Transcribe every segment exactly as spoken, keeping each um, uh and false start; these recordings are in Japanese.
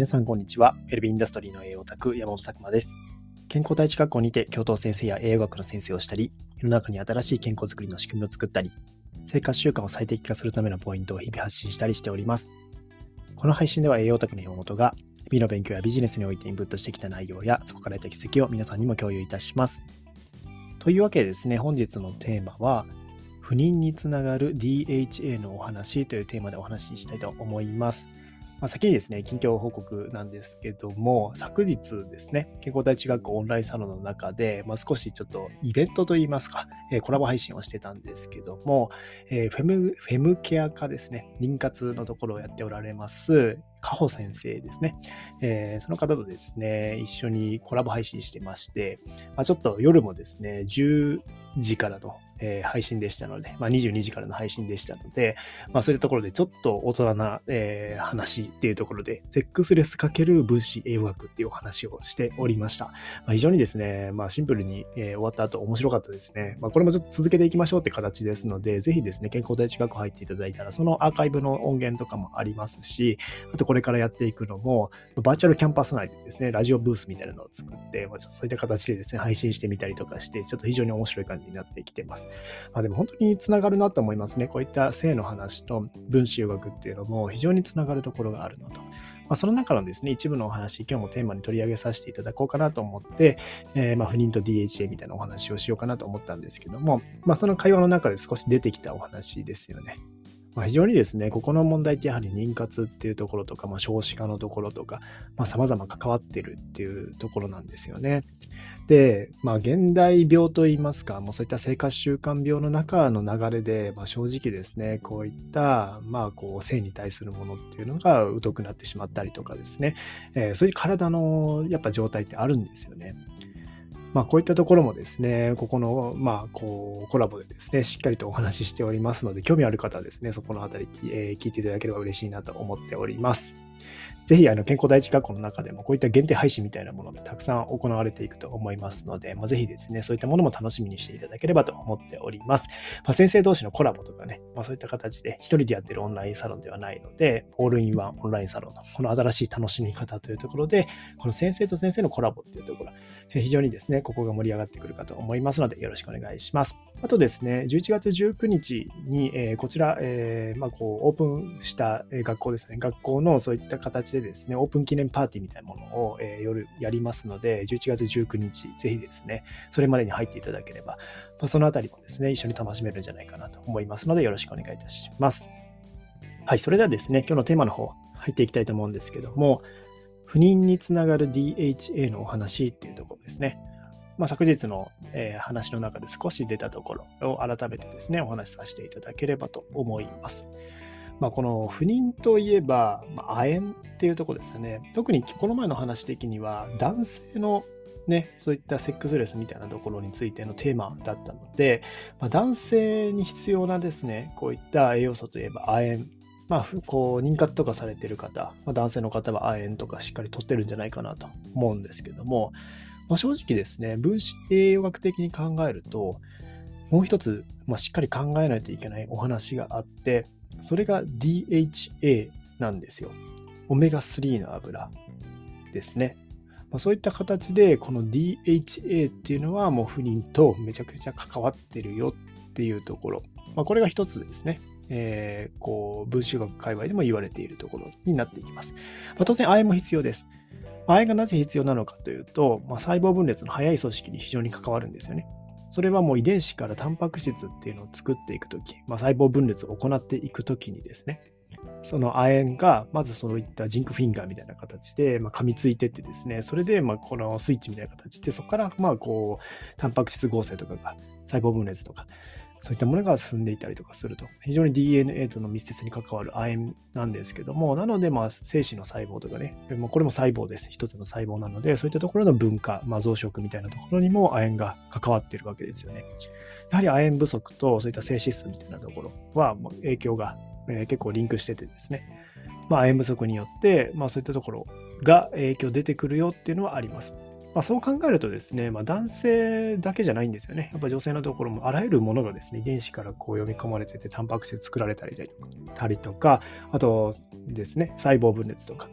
皆さんこんにちは。ウェルビーインダストリーの栄養オタク山本拓馬です。健康第一学校にて教頭先生や栄養学の先生をしたり、世の中に新しい健康づくりの仕組みを作ったり、生活習慣を最適化するためのポイントを日々発信したりしております。この配信では栄養オタクの山本が日々の勉強やビジネスにおいてインプットしてきた内容やそこから得た気づきを皆さんにも共有いたします。というわけでですね、本日のテーマは不妊につながる ディーエイチエー のお話というテーマでお話ししたいと思います。まあ、先にですね、近況報告なんですけども、昨日ですね、健康第一学校オンラインサロンの中で、まあ、少しちょっとイベントといいますか、えー、コラボ配信をしてたんですけども、えー、フェム、フェムケア科ですね、妊活のところをやっておられます、かほ先生ですね、えー、その方とですね、一緒にコラボ配信してまして、まあ、ちょっと夜もですね、じゅうじからのえー、配信でしたので、まあ、にじゅうにじからの配信でしたので、まあ、そういったところでちょっと大人な、えー、話っていうところで、セックスレス×分子栄養学っていうお話をしておりました。まあ、非常にですね、まあ、シンプルに、えー、終わった後面白かったですね。まあ、これもちょっと続けていきましょうって形ですので、ぜひですね、健康第一学校入っていただいたら、そのアーカイブの音源とかもありますし、あとこれからやっていくのも、バーチャルキャンパス内でですね、ラジオブースみたいなのを作って、まあ、ちょっとそういった形でですね、配信してみたりとかして、ちょっと非常に面白い感じになってきてます。まあ、でも本当につながるなと思いますね。こういった性の話と分子栄養学っていうのも非常につながるところがあるのと。まあ、その中のですね、一部のお話、今日もテーマに取り上げさせていただこうかなと思って、えー、まあ不妊と ディーエイチエー みたいなお話をしようかなと思ったんですけども、まあ、その会話の中で少し出てきたお話ですよね。まあ、非常にですね、ここの問題ってやはり妊活っていうところとか、まあ、少子化のところとか、まあ、様々関わってるっていうところなんですよね。で、まあ、現代病といいますか、もうそういった生活習慣病の中の流れで、まあ、正直ですね、こういった、まあ、こう、性に対するものっていうのが疎くなってしまったりとかですね、えー、そういう体のやっぱ状態ってあるんですよね。まあ、こういったところもですね、ここの、まあ、こう、コラボでですね、しっかりとお話ししておりますので、興味ある方はですね、そこのあたり、えー聞いていただければ嬉しいなと思っております。ぜひ、あの、健康第一学校の中でも、こういった限定配信みたいなものってたくさん行われていくと思いますので、まあ、ぜひですね、そういったものも楽しみにしていただければと思っております。まあ、先生同士のコラボとかね、まあ、そういった形で、一人でやってるオンラインサロンではないので、オールインワンオンラインサロンの、この新しい楽しみ方というところで、この先生と先生のコラボっていうところ、えー非常にですね、ここが盛り上がってくるかと思いますので、よろしくお願いします。あとですね、じゅういちがつじゅうくにちに、えーこちら、えーまあ、こうオープンしたえー学校ですね、学校のそういった形でですね、オープン記念パーティーみたいなものを、えー夜やりますので、じゅういちがつじゅうくにち、ぜひですね、それまでに入っていただければ、まあ、そのあたりもですね、一緒に楽しめるんじゃないかなと思いますので、よろしくお願いいたします。はい、それではですね、今日のテーマの方、入っていきたいと思うんですけども、不妊につながる ディーエイチエー のお話っていうところですね。まあ、昨日の、えー話の中で少し出たところを改めてですね、お話しさせていただければと思います。まあ、この不妊といえば、まあ、亜鉛っていうところですよね。特にこの前の話的には、男性のね、そういったセックスレスみたいなところについてのテーマだったので、まあ、男性に必要なですね、こういった栄養素といえば亜鉛。まあ、ふこう妊活とかされてる方、まあ、男性の方は亜鉛とかしっかり取ってるんじゃないかなと思うんですけども、まあ、正直ですね、分子栄養学的に考えると、もう一つ、まあ、しっかり考えないといけないお話があって、それが ディーエイチエー なんですよ。オメガスリーの油ですね。まあ、そういった形で、この ディーエイチエー っていうのはもう不妊とめちゃくちゃ関わってるよっていうところ。まあ、これが一つですね。えー、こう分子学界隈でも言われているところになっていきます。まあ、当然、亜鉛も必要です。亜鉛がなぜ必要なのかというと、まあ、細胞分裂の早い組織に非常に関わるんですよね。それはもう遺伝子からタンパク質っていうのを作っていくとき、まあ、細胞分裂を行っていくときにですね、その亜鉛がまずそういったジンクフィンガーみたいな形で、まあ、噛みついてってですね、それでまあこのスイッチみたいな形で、そこからまあこうタンパク質合成とかが細胞分裂とかそういったものが進んでいたりとかすると、非常に ディーエヌエー との密接に関わる亜鉛なんですけども、なので、まあ、精子の細胞とかね、これも細胞です。一つの細胞なので、そういったところの分化、まあ、増殖みたいなところにも亜鉛が関わっているわけですよね。やはり亜鉛不足と、そういった性質みたいなところは、影響が、えー、結構リンクしててですね、まあ、亜鉛不足によって、まあ、そういったところが影響出てくるよっていうのはあります。まあ、そう考えるとですね、まあ、男性だけじゃないんですよね。やっぱ女性のところもあらゆるものがですね、遺伝子からこう読み込まれてて、タンパク質作られたりとか、あとですね、細胞分裂とか、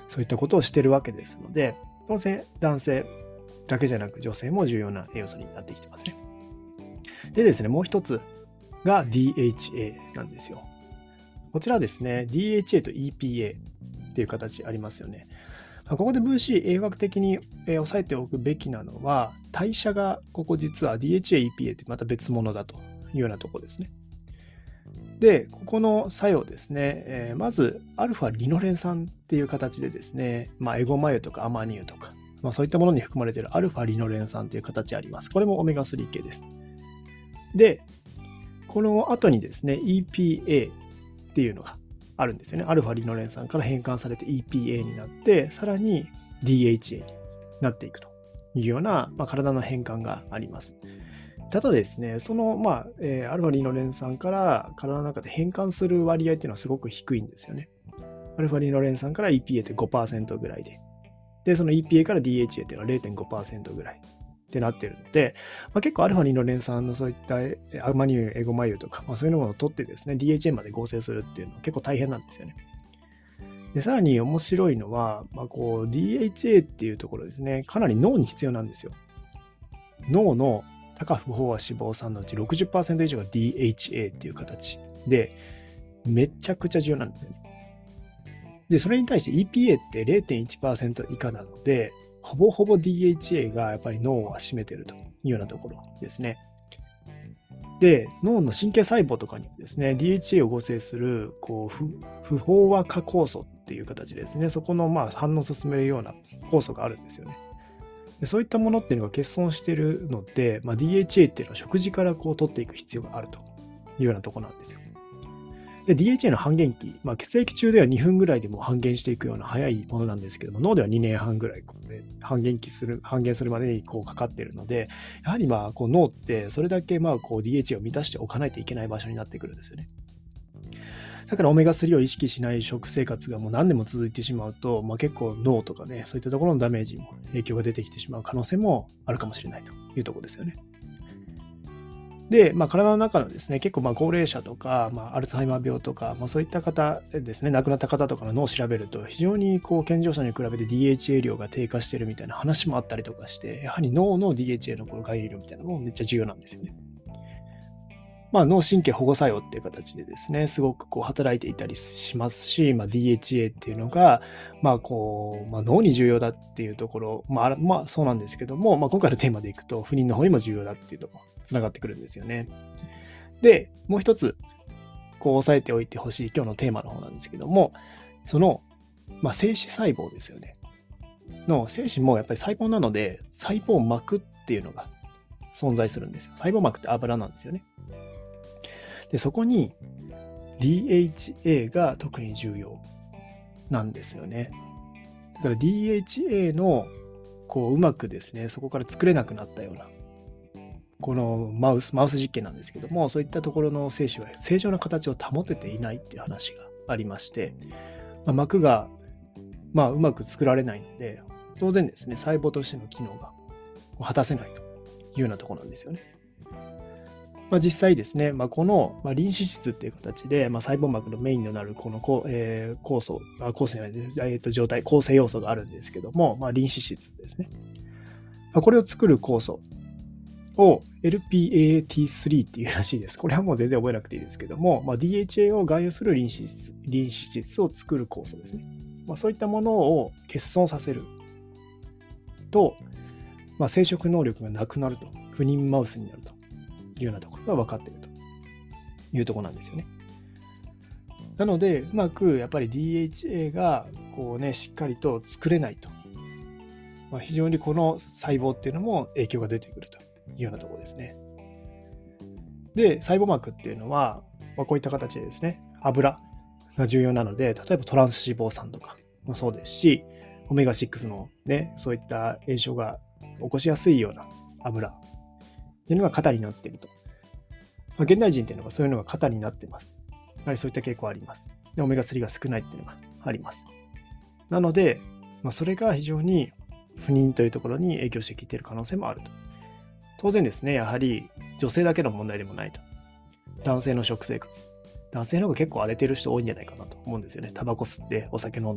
そういったことをしてるわけですので、当然男性だけじゃなく女性も重要な栄養素になってきてますね。でですね、もう一つが ディーエイチエー なんですよ。こちらはですね、ディーエイチエー と イーピーエー っていう形ありますよね。ここで分子栄養学的に押さえておくべきなのは、代謝がここ実は ディーエイチエー、イーピーエー ってまた別物だというようなところですね。で、ここの作用ですね、えー、まず、アルファリノレン酸っていう形でですね、まあ、エゴマ油とかアマニ油とか、まあ、そういったものに含まれているアルファリノレン酸という形あります。これもオメガスリー系です。で、この後にですね、イーピーエー っていうのがあるんですよね。アルファリノレン酸から変換されて イーピーエー になって、さらに ディーエイチエー になっていくというような、まあ、体の変換があります。ただですね、その、まあえー、アルファリノレン酸から体の中で変換する割合っていうのはすごく低いんですよね。アルファリノレン酸から イーピーエー って ごパーセント ぐらいで、で、その イーピーエー から ディーエイチエー っていうのは れいてんごパーセント ぐらいってなってるので、まあ、結構アルファリノレン酸のそういったアマニ油、エゴマ油とか、まあ、そういうものを取ってですね、ディーエイチエー まで合成するっていうのは結構大変なんですよね。で、さらに面白いのは、まあ、こう ディーエイチエー っていうところですね、かなり脳に必要なんですよ。脳の多価不飽和脂肪酸のうち ろくじゅっパーセント 以上が ディーエイチエー っていう形で、めちゃくちゃ重要なんですよね。で、それに対して イーピーエー って れいてんいちパーセント 以下なので、ほぼほぼ ディーエイチエー がやっぱり脳は占めてるというようなところですね。で、脳の神経細胞とかにですね、ディーエイチエー を合成するこう不不飽和化酵素っていう形でですね、そこのまあ反応を進めるような酵素があるんですよね。でそういったものっていうのが欠損しているので、まあ、ディーエイチエー っていうのは食事からこう取っていく必要があるというようなところなんですよ。で、ディーエイチエー の半減期、まあ、血液中ではにふんぐらいでも半減していくような早いものなんですけども、脳ではにねんはんぐらいこう、ね、半減期する、半減するまでにこうかかっているので、やはりまあこう脳ってそれだけまあこう ディーエイチエー を満たしておかないといけない場所になってくるんですよね。だからオメガスリーを意識しない食生活がもう何年も続いてしまうと、まあ、結構脳とかね、そういったところのダメージも影響が出てきてしまう可能性もあるかもしれないというところですよね。で、まあ、体の中のですね、結構まあ高齢者とか、まあ、アルツハイマー病とか、まあ、そういった方ですね、亡くなった方とかの脳を調べると、非常にこう健常者に比べて ディーエイチエー 量が低下しているみたいな話もあったりとかして、やはり脳の ディーエイチエー のこの含有量みたいなのもめっちゃ重要なんですよね。まあ、脳神経保護作用っていう形でですね、すごくこう働いていたりしますし、まあ、ディーエイチエー っていうのが、まあこうまあ、脳に重要だっていうところ、まあ、まあそうなんですけども、まあ、今回のテーマでいくと、不妊の方にも重要だっていうところ、つながってくるんですよね。で、もう一つ、こう押さえておいてほしい今日のテーマの方なんですけども、その、まあ、精子細胞ですよね。の精子もやっぱり細胞なので、細胞膜っていうのが存在するんですよ。細胞膜って油なんですよね。で、そこに ディーエイチエー が特に重要なんですよね。だから ディーエイチエー のこううまくですね、そこから作れなくなったような、このマウス、マウス実験なんですけども、そういったところの精子は正常な形を保てていないっていう話がありまして、まあ、膜が、まあ、うまく作られないので、当然ですね、細胞としての機能が果たせないというようなところなんですよね。まあ、実際ですね、まあ、この、まあ、リン脂質っていう形で、まあ、細胞膜のメインとなるこの、えー、酵素、あ酵素じゃないです、えー、と状態、構成要素があるんですけども、まあ、リン脂質ですね。まあ、これを作る酵素を エルピーエーティースリー っていうらしいです。これはもう全然覚えなくていいですけども、まあ、ディーエイチエー を含有するリン脂質、リン脂質を作る酵素ですね。まあ、そういったものを欠損させると、まあ、生殖能力がなくなると、不妊マウスになるというようなところが分かっているというところなんですよね。なので、うまくやっぱり ディーエイチエー がこうね、しっかりと作れないと、まあ、非常にこの細胞っていうのも影響が出てくるというようなところですね。で、細胞膜っていうのは、まあ、こういった形でですね、油が重要なので、例えばトランス脂肪酸とかもそうですし、オメガシックスのね、そういった炎症が起こしやすいような油っていうのが肩になっていると。まあ、現代人っていうのがそういうのが肩になっています。やはりそういった傾向あります。で、オメガスリーが少ないっていうのがあります。なので、まあ、それが非常に不妊というところに影響してきている可能性もあると。当然ですね、やはり女性だけの問題でもないと。男性の食生活。男性の方が結構荒れてる人多いんじゃないかなと思うんですよね。タバコ吸って、お酒飲んで、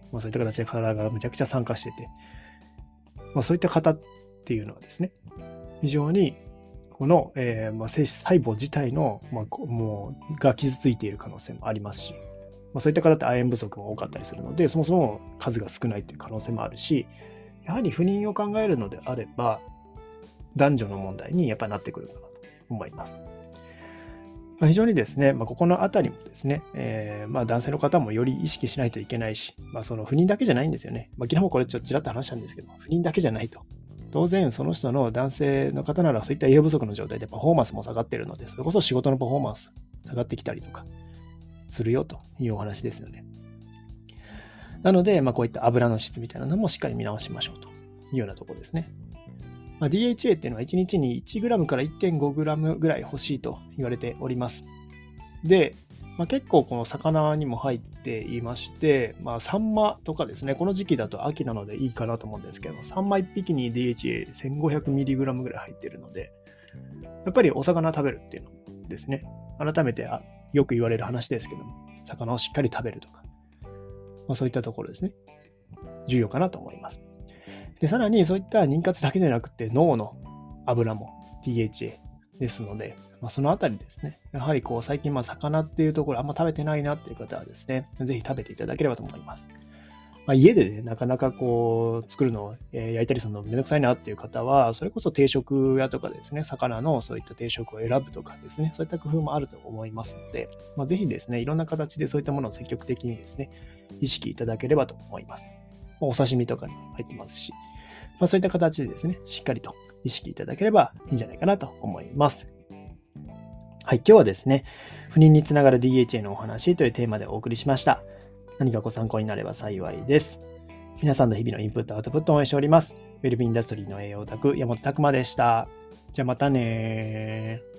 まあ、そういった形で体がめちゃくちゃ酸化してて、まあ、そういった方っていうのはですね、非常にこの、えーまあ、精子細胞自体の、まあ、もうが傷ついている可能性もありますし、まあ、そういった方って亜鉛不足も多かったりするので、そもそも数が少ないという可能性もあるし、やはり不妊を考えるのであれば、男女の問題にやっぱりなってくるかなと思います。まあ、非常にですね、まあ、ここのあたりもですね、えーまあ、男性の方もより意識しないといけないし、まあ、その不妊だけじゃないんですよね。まあ、昨日もこれちょっとちらっと話したんですけど、不妊だけじゃないと。当然、その人の男性の方ならそういった栄養不足の状態でパフォーマンスも下がっているので、それこそ仕事のパフォーマンス下がってきたりとかするよというお話ですよね。なので、まあ、こういった油の質みたいなのもしっかり見直しましょうというようなところですね。まあ、ディーエイチエー っていうのはいちにちにいちグラムから いってんごグラムぐらい欲しいと言われております。で、まあ、結構この魚にも入っていまして、まあ、サンマとかですね、この時期だと秋なのでいいかなと思うんですけど、サンマいっぴきに ディーエイチエーせんごひゃくミリグラム ぐらい入っているので、やっぱりお魚食べるっていうのですね、改めてあよく言われる話ですけども、魚をしっかり食べるとか、まあ、そういったところですね、重要かなと思います。で、さらにそういった妊活だけでなくて脳の油も ディーエイチエー ですので、まあ、そのあたりですね、やはりこう最近まあ魚っていうところあんま食べてないなっていう方はですね、ぜひ食べていただければと思います。まあ、家でね、なかなかこう作るのを、えー焼いたりするのめんどくさいなっていう方は、それこそ定食屋とかでですね、魚のそういった定食を選ぶとかですね、そういった工夫もあると思いますので、まあ、ぜひですね、いろんな形でそういったものを積極的にですね、意識いただければと思います。お刺身とかにも入ってますし、まあ、そういった形でですね、しっかりと意識いただければいいんじゃないかなと思います。はい、今日はですね、不妊につながる ディーエイチエー のお話というテーマでお送りしました。何かご参考になれば幸いです。皆さんの日々のインプット、アウトプットを応援しております。ウェルビーインダストリーの栄養オタク、山本拓馬でした。じゃあまたねー。